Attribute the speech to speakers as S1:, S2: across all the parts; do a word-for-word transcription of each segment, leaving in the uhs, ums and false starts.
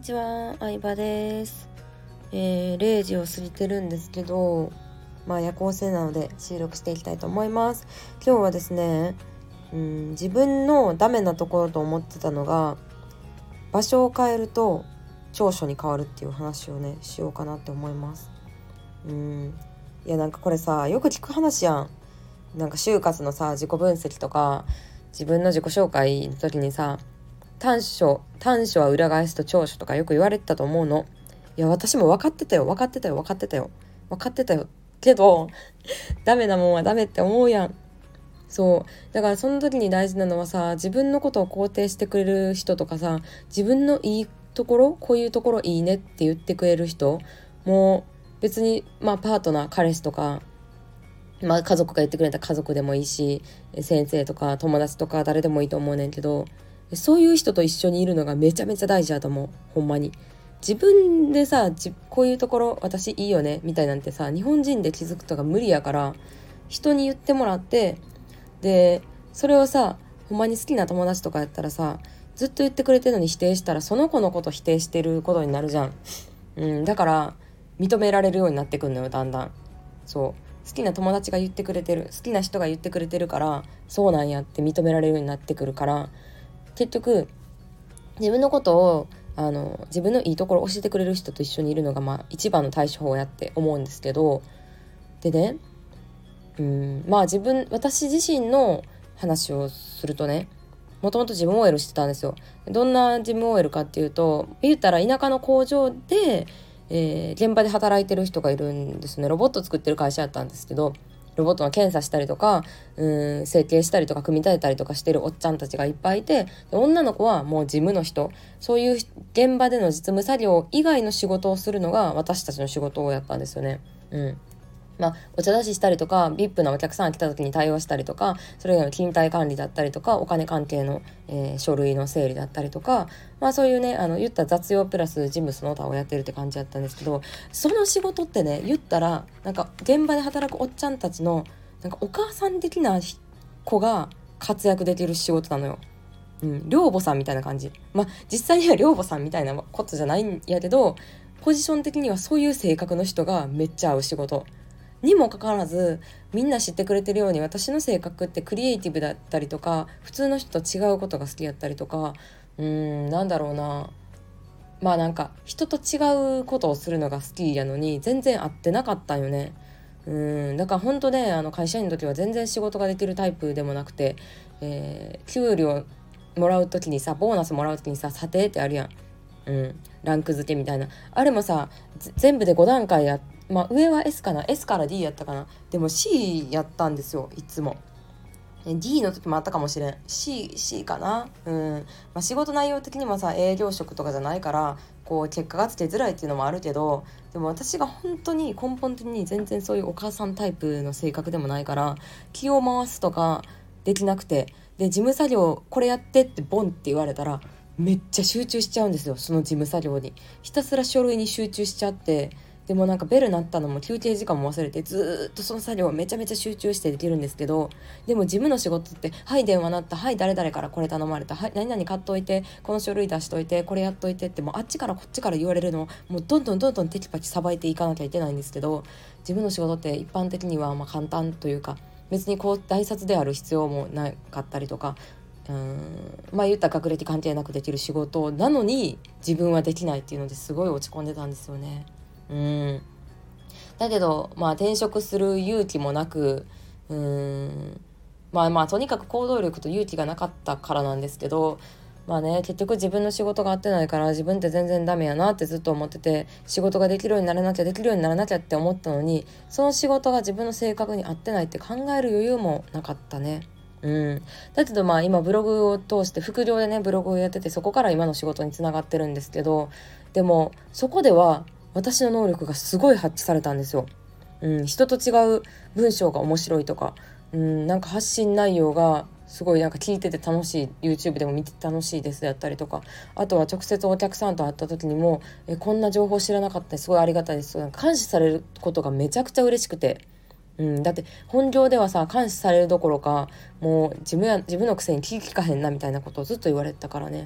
S1: にちは、相葉です。えー、れいじを過ぎてるんですけど、まあ夜行性なので収録していきたいと思います。今日はですね、うん、自分のダメなところと思ってたのが、場所を変えると長所に変わるっていう話をねしようかなって思います。うん、いやなんかこれさ、よく聞く話やん。なんか就活のさ、自己分析とか自分の自己紹介の時にさ、短所短所は裏返すと長所とかよく言われてたと思うの。いや私も分かってたよ分かってたよ分かってたよ分かってたよけどダメなもんはダメって思うやん。そうだからその時に大事なのはさ、自分のことを肯定してくれる人とかさ、自分のいいところ、こういうところいいねって言ってくれる人、もう別にまあパートナー、彼氏とか、まあ家族が言ってくれた家族でもいいし、先生とか友達とか誰でもいいと思うねんけど、そういう人と一緒にいるのがめちゃめちゃ大事だと思う。ほんまに自分でさ、こういうところ私いいよねみたいなんてさ、日本人で気づくとか無理やから、人に言ってもらって、でそれをさ、ほんまに好きな友達とかやったらさ、ずっと言ってくれてるのに否定したら、その子のこと否定してることになるじゃん。うん、だから認められるようになってくんのよ、だんだん。そう好きな友達が言ってくれてる、好きな人が言ってくれてるから、そうなんやって認められるようになってくるから、結局自分のことをあの自分のいいところを教えてくれる人と一緒にいるのが、まあ一番の対処法やって思うんですけど、でね、うんまあ自分私自身の話をするとね、もともと事務 オーエル してたんですよ。どんな事務 オーエル かっていうと、言ったら田舎の工場で、えー現場で働いてる人がいるんですね。ロボット作ってる会社やったんですけど、ロボットの検査したりとか、うん整形したりとか組み立てたりとかしてるおっちゃんたちがいっぱいいて、で女の子はもう事務の人、そういう現場での実務作業以外の仕事をするのが私たちの仕事をやったんですよね。うんまあ、お茶出ししたりとか ブイアイピー なお客さんが来た時に対応したりとか、それ以外の勤怠管理だったりとか、お金関係の、えー書類の整理だったりとか、まあそういうね、あの言ったら雑用プラス事務その他をやってるって感じだったんですけど、その仕事ってね、言ったらなんか現場で働くおっちゃんたちのなんかお母さん的な子が活躍できる仕事なのよ。うん、寮母さんみたいな感じ。まあ実際には寮母さんみたいなことじゃないんやけど、ポジション的にはそういう性格の人がめっちゃ合う仕事にもかかわらず、みんな知ってくれてるように私の性格ってクリエイティブだったりとか、普通の人と違うことが好きやったりとか、うーんなんだろうな、まあなんか人と違うことをするのが好きやのに全然合ってなかったんよね。うんだから本当ね、あの会社員の時は全然仕事ができるタイプでもなくて、えー給料もらう時にさ、ボーナスもらう時にさ、査定ってあるやん。うん、ランク付けみたいな、あれもさ全部でご段階や、まあ上は S かな、 S から ディー やったかな、でも シー やったんですよいつも。 ディー の時もあったかもしれん。 C, C かな。うん、まあ、仕事内容的にもさ営業職とかじゃないから、こう結果がつけづらいっていうのもあるけど、でも私が本当に根本的に全然そういうお母さんタイプの性格でもないから、気を回すとかできなくて、で事務作業これやってってボンって言われたらめっちゃ集中しちゃうんですよ、その事務作業に。ひたすら書類に集中しちゃって、でもなんかベル鳴ったのも休憩時間も忘れて、ずっとその作業をめちゃめちゃ集中してできるんですけど、でも事務の仕事って、はい電話鳴った、はい誰々からこれ頼まれた、はい何々買っといて、この書類出しといて、これやっといてって、もうあっちからこっちから言われるのをもうどんどんどんどんテキパキさばいていかなきゃいけないんですけど、事務の仕事って一般的にはまあ簡単というか、別にこう大卒である必要もなかったりとか、うーんまあ言ったら学歴関係なくできる仕事なのに自分はできないっていうのですごい落ち込んでたんですよね。うんだけどまあ転職する勇気もなく、うーんまあまあとにかく行動力と勇気がなかったからなんですけど、まあね結局自分の仕事が合ってないから、自分って全然ダメやなってずっと思ってて、仕事ができるようにならなきゃできるようにならなきゃって思ったのに、その仕事が自分の性格に合ってないって考える余裕もなかったね。うん、だけどまあ今ブログを通して副業でねブログをやってて、そこから今の仕事につながってるんですけど、でもそこでは私の能力がすごい発揮されたんですよ。うん、人と違う文章が面白いとか、うん、なんか発信内容がすごいなんか聞いてて楽しい、 YouTube でも見てて楽しいですやったりとか、あとは直接お客さんと会った時にも、えこんな情報知らなかったですごいありがたいです、なんか感謝されることがめちゃくちゃ嬉しくて、うん、だって本業ではさ監視されるどころか、もう自分や自分のくせに気利かへんなみたいなことをずっと言われてたからね。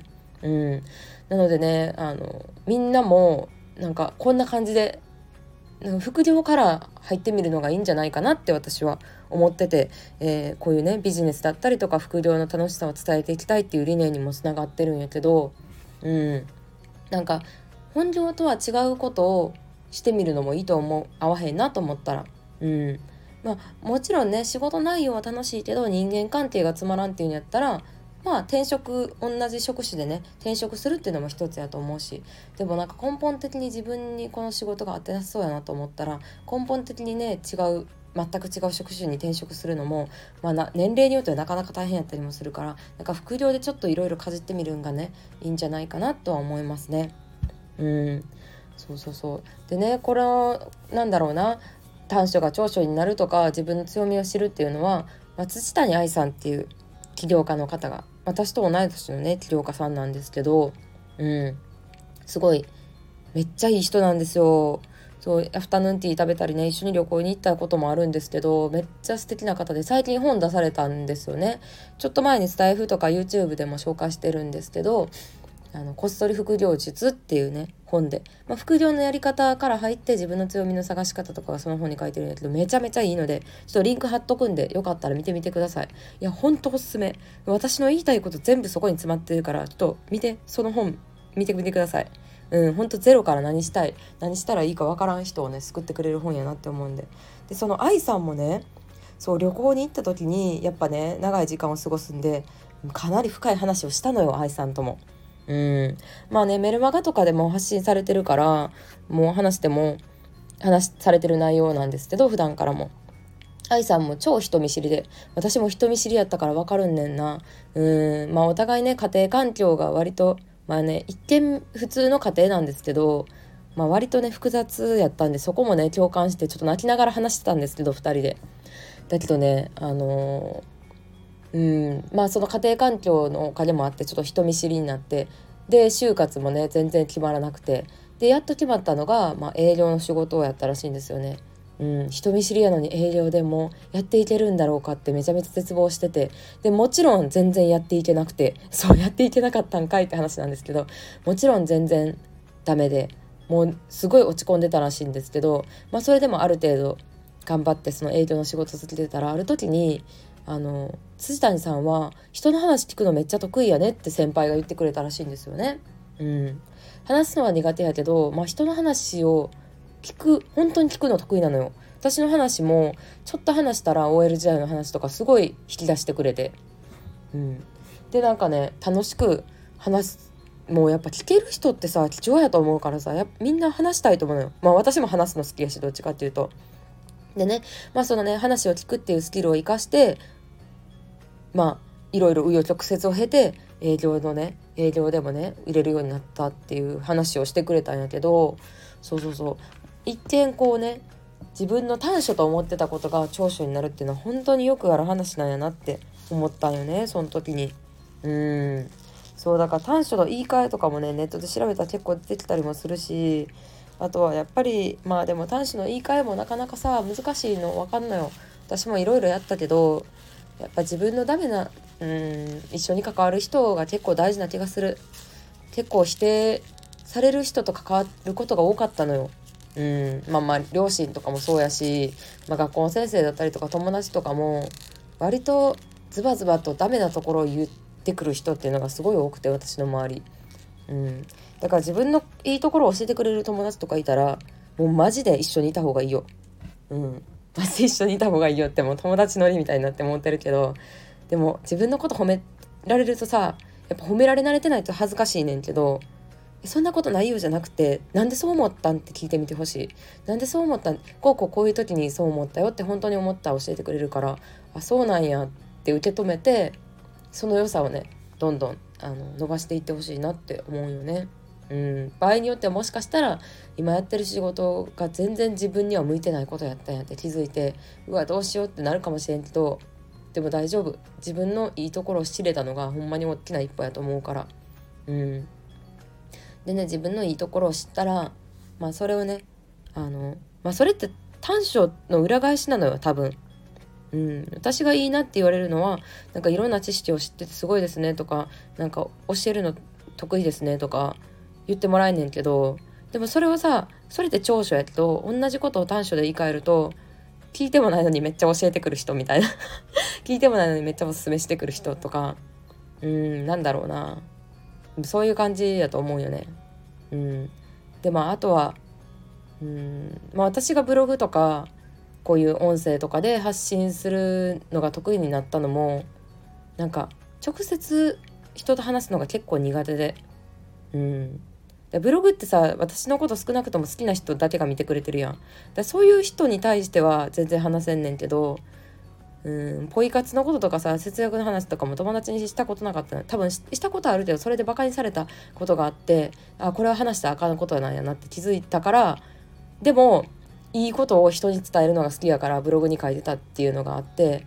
S1: うん、なのでねあのみんなもなんかこんな感じで副業から入ってみるのがいいんじゃないかなって私は思ってて、えー、こういうねビジネスだったりとか副業の楽しさを伝えていきたいっていう理念にもつながってるんやけど、うん、なんか本業とは違うことをしてみるのもいいと思う。合わへんなと思ったら、うんまあ、もちろんね仕事内容は楽しいけど人間関係がつまらんっていうんやったら、まあ転職同じ職種でね転職するっていうのも一つやと思うし、でもなんか根本的に自分にこの仕事が合ってなさそうやなと思ったら根本的にね違う全く違う職種に転職するのも、まあ、な年齢によってはなかなか大変やったりもするから、なんか副業でちょっといろいろかじってみるんがねいいんじゃないかなとは思いますね。うんそうそうそうでね、これはなんだろうな、短所が長所になるとか自分の強みを知るっていうのは、まあ、土谷愛さんっていう起業家の方が、私と同い年のね起業家さんなんですけど、うんすごいめっちゃいい人なんですよ。そうアフタヌーンティー食べたりね一緒に旅行に行ったこともあるんですけど、めっちゃ素敵な方で最近本出されたんですよね。ちょっと前にスタイフとか YouTube でも紹介してるんですけど、あのこっそり副業術っていうね本で、まあ、副業のやり方から入って自分の強みの探し方とかがその本に書いてるんだけど、めちゃめちゃいいのでちょっとリンク貼っとくんでよかったら見てみてください。いやほんとおすすめ。私の言いたいこと全部そこに詰まってるからちょっと見て、その本見てみてください。うん、ほんとゼロから何したい何したらいいかわからん人をね救ってくれる本やなって思うんで。でその愛さんもね、そう旅行に行った時にやっぱね長い時間を過ごすんでかなり深い話をしたのよ愛さんとも。うんまあねメルマガとかでも発信されてるからもう話しても話されてる内容なんですけど、普段からも愛さんも超人見知りで、私も人見知りやったから分かるんねんな。うんまあお互いね家庭環境が割とまあね一見普通の家庭なんですけど、まあ割とね複雑やったんでそこもね共感してちょっと泣きながら話してたんですけどふたりで。だけどねあのーうんまあその家庭環境のお金もあってちょっと人見知りになって、で就活もね全然決まらなくて、でやっと決まったのが、まあ、営業の仕事をやったらしいんですよね。うん、人見知りやのに営業でもやっていけるんだろうかってめちゃめちゃ絶望してて、でもちろん全然やっていけなくて、そうやっていけなかったんかいって話なんですけど、もちろん全然ダメでもうすごい落ち込んでたらしいんですけど、まあそれでもある程度頑張ってその営業の仕事続けてたら、ある時にあの辻谷さんは人の話聞くのめっちゃ得意やねって先輩が言ってくれたらしいんですよね。うん、話すのは苦手やけど、まあ、人の話を聞く本当に聞くの得意なのよ。私の話もちょっと話したら オーエル 時代の話とかすごい引き出してくれて、うん、でなんかね楽しく話す。もうやっぱ聞ける人ってさ貴重やと思うからさ、やっぱみんな話したいと思うのよ。まあ私も話すの好きやしどっちかっていうと。でねまあそのね話を聞くっていうスキルを生かしてまあいろいろ紆余曲折を経て営業のね営業でもね売れるようになったっていう話をしてくれたんやけど、そうそうそう一見こうね自分の短所と思ってたことが長所になるっていうのは本当によくある話なんやなって思ったんよねその時に。うーんそうだから短所の言い換えとかもねネットで調べたら結構出てきたりもするし、あとはやっぱりまあでも短所の言い換えもなかなかさ難しいの分かんないよ。私もいろいろやったけどやっぱ自分のダメなうん一緒に関わる人が結構大事な気がする。結構否定される人と関わることが多かったのよ。うんまあまあ両親とかもそうやし、まあ、学校の先生だったりとか友達とかも割とズバズバとダメなところを言ってくる人っていうのがすごい多くて私の周り。うんだから自分のいいところを教えてくれる友達とかいたらもうマジで一緒にいた方がいいよ。うんマジで一緒にいた方がいいよってもう友達乗りみたいになって思ってるけど、でも自分のこと褒められるとさやっぱ褒められ慣れてないと恥ずかしいねんけど、そんなことないよじゃなくて、なんでそう思ったんって聞いてみてほしい。なんでそう思ったん、こうこうこういう時にそう思ったよって本当に思ったら教えてくれるから、あそうなんやって受け止めてその良さをねどんどんあの伸ばしていってほしいなって思うよね。うん、場合によってはもしかしたら今やってる仕事が全然自分には向いてないことやったんやって気づいて、うわどうしようってなるかもしれんけど、でも大丈夫。自分のいいところを知れたのがほんまに大きな一歩やと思うから。うんでね自分のいいところを知ったらまあそれをねあのまあそれって短所の裏返しなのよ多分。うん、私がいいなって言われるのはなんかいろんな知識を知っててすごいですねとかなんか教えるの得意ですねとか言ってもらえんねんけど、でもそれをさ、それで長所やけど同じことを短所で言い換えると、聞いてもないのにめっちゃ教えてくる人みたいな聞いてもないのにめっちゃおすすめしてくる人とか、うーんなんだろうな、そういう感じやと思うよね。うん。でまああとはうーんまあ私がブログとかこういう音声とかで発信するのが得意になったのも、なんか直接人と話すのが結構苦手で、うんでブログってさ、私のこと少なくとも好きな人だけが見てくれてるやん。だそういう人に対しては全然話せんねんけど、うんポイ活のこととかさ、節約の話とかも友達にしたことなかったの。多分したことあるけど、それでバカにされたことがあって、あこれは話したらあかんことなんやなって気づいたから、でもいいことを人に伝えるのが好きやからブログに書いてたっていうのがあって、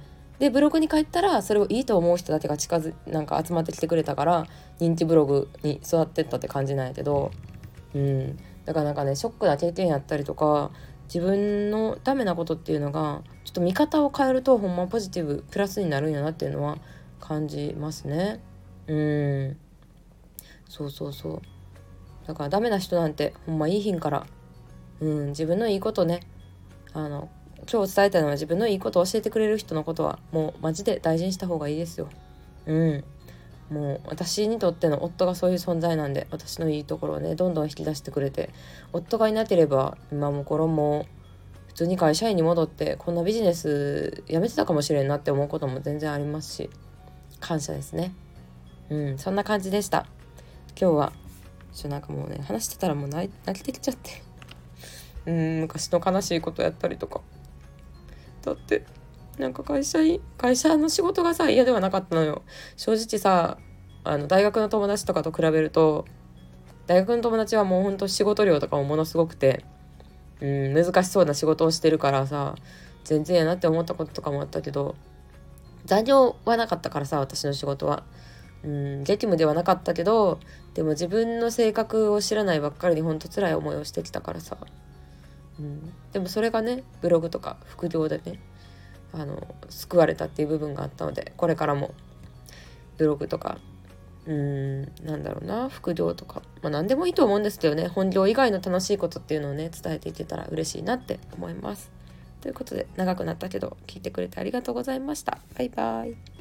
S1: でブログに書いたらそれをいいと思う人だけが近づなんか集まってきてくれたから、認知ブログに育ってったって感じなんやけど、うんだからなんかね、ショックな経験やったりとか、自分のダメなことっていうのがちょっと見方を変えるとほんまポジティブプラスになるんやなっていうのは感じますね。うんそうそうそう。だからダメな人なんてほんまいいひんから、うん自分のいいことね、あの今日伝えたのは自分のいいことを教えてくれる人のことはもうマジで大事にした方がいいですよ。うんもう私にとっての夫がそういう存在なんで、私のいいところをねどんどん引き出してくれて、夫がいなければ今も頃も普通に会社員に戻ってこんなビジネスやめてたかもしれんなって思うことも全然ありますし、感謝ですね。うんそんな感じでした。今日はちょなんかもうね話してたらもう泣きてきちゃってうん昔の悲しいことやったりとか、だってなんか会社員会社の仕事がさ嫌ではなかったのよ。正直さ、あの大学の友達とかと比べると、大学の友達はもうほんと仕事量とかもものすごくて、うん難しそうな仕事をしてるからさ、全然やなって思ったこととかもあったけど、残業はなかったからさ、私の仕事はうん激務ではなかったけど、でも自分の性格を知らないばっかりにほんと辛い思いをしてきたからさ、うん、でもそれがねブログとか副業でねあの救われたっていう部分があったので、これからもブログとかうーんなんだろうな副業とか、まあ、何でもいいと思うんですけどね、本業以外の楽しいことっていうのをね伝えていけたら嬉しいなって思います。ということで長くなったけど聞いてくれてありがとうございました。バイバイ。